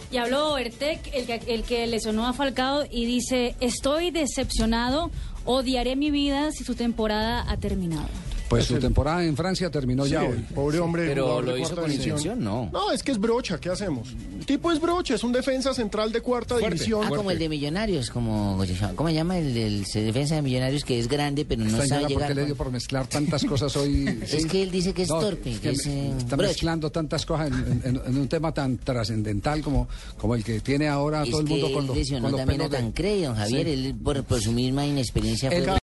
Y habló Boertek, el que lesionó a Falcao, y dice: estoy decepcionado, odiaré mi vida si su temporada ha terminado. Pues su temporada en Francia terminó ya hoy. Pobre hombre. Pero lo hizo con intención, ¿no? No, es que es brocha, ¿qué hacemos? El tipo es brocha, es un defensa central de cuarta división. Como el de Millonarios, ¿cómo se llama el defensa de Millonarios, que es grande pero no sabe llegar? ¿Por qué le dio por mezclar tantas cosas hoy? Es que él dice que es torpe. Que está mezclando tantas cosas en un tema tan trascendental como el que tiene ahora todo el mundo con los también a Tancredi, don Javier, él por su misma inexperiencia.